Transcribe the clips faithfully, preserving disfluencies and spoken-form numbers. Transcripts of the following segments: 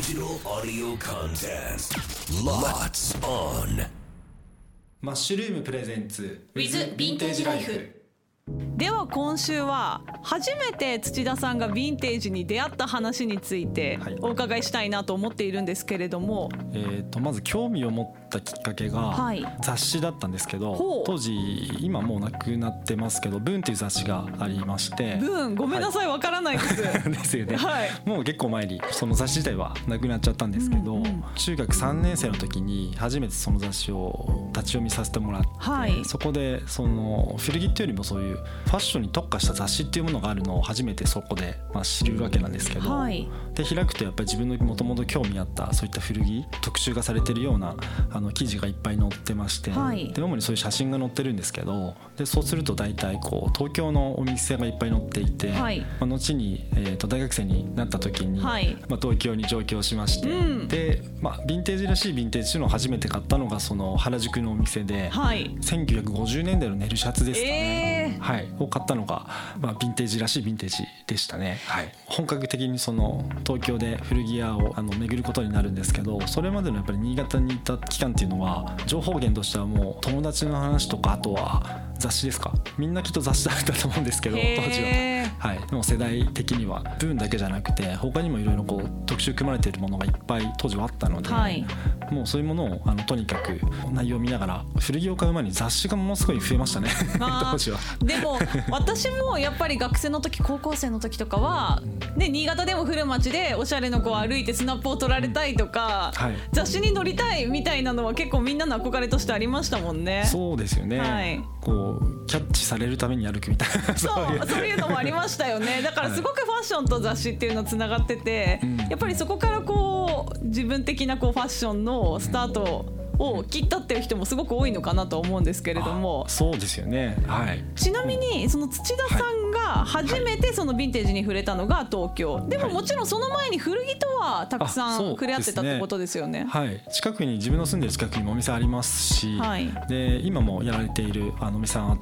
Digital audio contest. Lots on. マッシュルームプレゼンツ with ヴィンテージライフ。では今週は初めて土田さんがヴィンテージに出会った話についてお伺いしたいなと思っているんですけれども、 えー、とまず興味を持ったきっかけが雑誌だったんですけど、はい、当時今もうなくなってますけどブーンっていう雑誌がありまして。 ブーンごめんなさい、わ、はい、からないですですよね、 はい、 もう結構前にその雑誌自体はなくなっちゃったんですけど、うんうん、中学さんねん生の時に初めてその雑誌を立ち読みさせてもらって、はい、そこでその古着っていうよりもそういうファッションに特化した雑誌っていうものがあるのを初めてそこでまあ知るわけなんですけど、はい、で開くとやっぱり自分のもともと興味あったそういった古着特集がされてるようなあの記事がいっぱい載ってまして、はい、で主にそういう写真が載ってるんですけど、でそうすると大体こう東京のお店がいっぱい載っていて、はい、まあ、後に、えー、と大学生になった時に、はい、まあ、東京に上京しまして、うん、で、まあ、ヴィンテージらしいヴィンテージっていうのを初めて買ったのがその原宿のお店で、はい、せんきゅうひゃくごじゅうねんだいのネルシャツですかね、えーはい、を買ったのが、まあ、ヴィンテージらしいヴィンテージでしたね、はい、本格的にその東京で古着屋をあの巡ることになるんですけど、それまでのやっぱり新潟にいた期間っていうのは情報源としてはもう友達の話とか、あとは雑誌ですか、みんなきっと雑誌だったと思うんですけど当時は、はい、でも世代的にはブーンだけじゃなくて他にもいろいろこう特集組まれているものがいっぱい当時はあったので、はい、もうそういうものをあのとにかく内容を見ながら古着を買う前に雑誌がものすごい増えましたね当時は。でも私もやっぱり学生の時高校生の時とかは、ね、新潟でも古町でおしゃれの子を歩いてスナップを撮られたいとか、はい、雑誌に載りたいみたいなのは結構みんなの憧れとしてありましたもんね。 そうですよね、はい、こうキャッチされるために歩くみたいなそうそういうのもありましたよね。だからすごくファッションと雑誌っていうのつながってて、はい、やっぱりそこからこう自分的なこうファッションのスタートを切ったっていう人もすごく多いのかなと思うんですけれども。 そうですよね、はい、 ちなみにその土田さんが初めてそのヴィンテージに触れたのが東京、はい、でももちろんその前に古着とはたくさん触れ合ってたってことですよね。 はい、近くに自分の住んでる近くにもお店ありますし、はい、で今もやられているあのお店があって、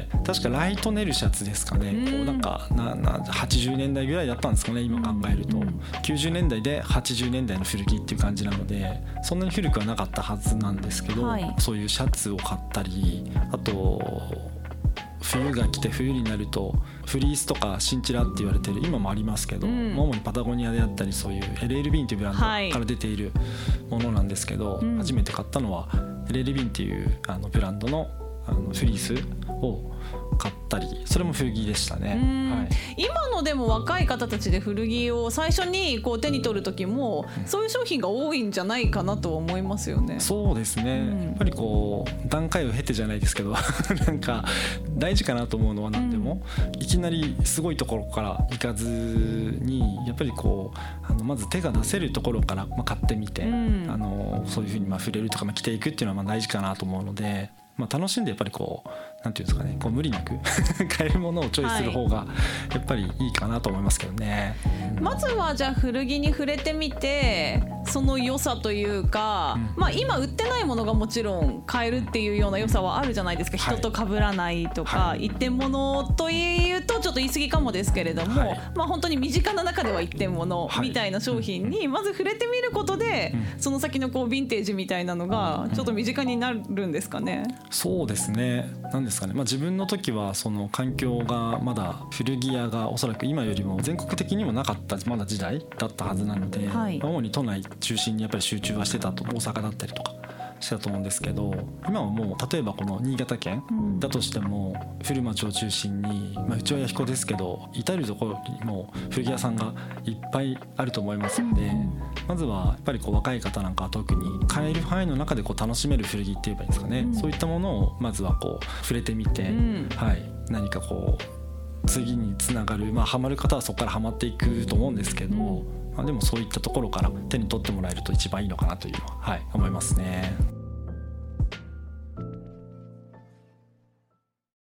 確かライトネルシャツですかね、こうなんかななはちじゅうねんだいぐらいだったんですかね今考えると、うん、きゅうじゅうねんだいではちじゅうねんだいの古着っていう感じなのでそんなに古くはなかったはずなんですけど、はい、そういうシャツを買ったり、あと冬が来て冬になるとフリースとかシンチラって言われてる今もありますけど、うん、主にパタゴニアであったりそういう エルエル ビーンというブランドから出ているものなんですけど、はい、初めて買ったのは エルエル ビーンっていうあのブランドのあのフリースを買ったり、それも古着でしたね、はい、 今のでも若い方たちで古着を最初にこう手に取る時も、うん、そういう商品が多いんじゃないかなと思いますよね。 そうですね、うん、やっぱりこう段階を経てじゃないですけどなんか大事かなと思うのは何でも、うん、いきなりすごいところから行かずにやっぱりこうあのまず手が出せるところから買ってみて、うん、あのそういうふうにまあ触れるとかまあ着ていくっていうのはまあ大事かなと思うので、まあ、楽しんでやっぱりこうなんていうんですかね、こう無理なく買えるものをチョイスする方がやっぱりいいかなと思いますけどね、 はい、まずはじゃあ古着に触れてみてその良さというか、うん、まあ、今売ってないものがもちろん買えるっていうような良さはあるじゃないですか、はい、人と被らないとか、はい、一点物というとちょっと言い過ぎかもですけれども、はい、まあ、本当に身近な中では一点物みたいな商品にまず触れてみることで、うん、その先のこうヴィンテージみたいなのがちょっと身近になるんですかね。 うん、そうですね、なんですかね、まあ、自分の時はその環境がまだ古着屋がおそらく今よりも全国的にもなかったまだ時代だったはずなので、はい、主に都内中心にやっぱり集中はしてたと、大阪だったりとかしてたと思うんですけど、今はもう例えばこの新潟県だとしても古町を中心に、まあ、うちは弥彦ですけど至るところにも古着屋さんがいっぱいあると思いますので、まずはやっぱりこう若い方なんかは特に買える範囲の中でこう楽しめる古着って言えばいいんですかね、うん、そういったものをまずはこう触れてみて、うん、はい、何かこう次につながる、まあ、ハマる方はそこからハマっていくと思うんですけど、うん、まあ、でもそういったところから手に取ってもらえると一番いいのかなというのは、はい、思いますね。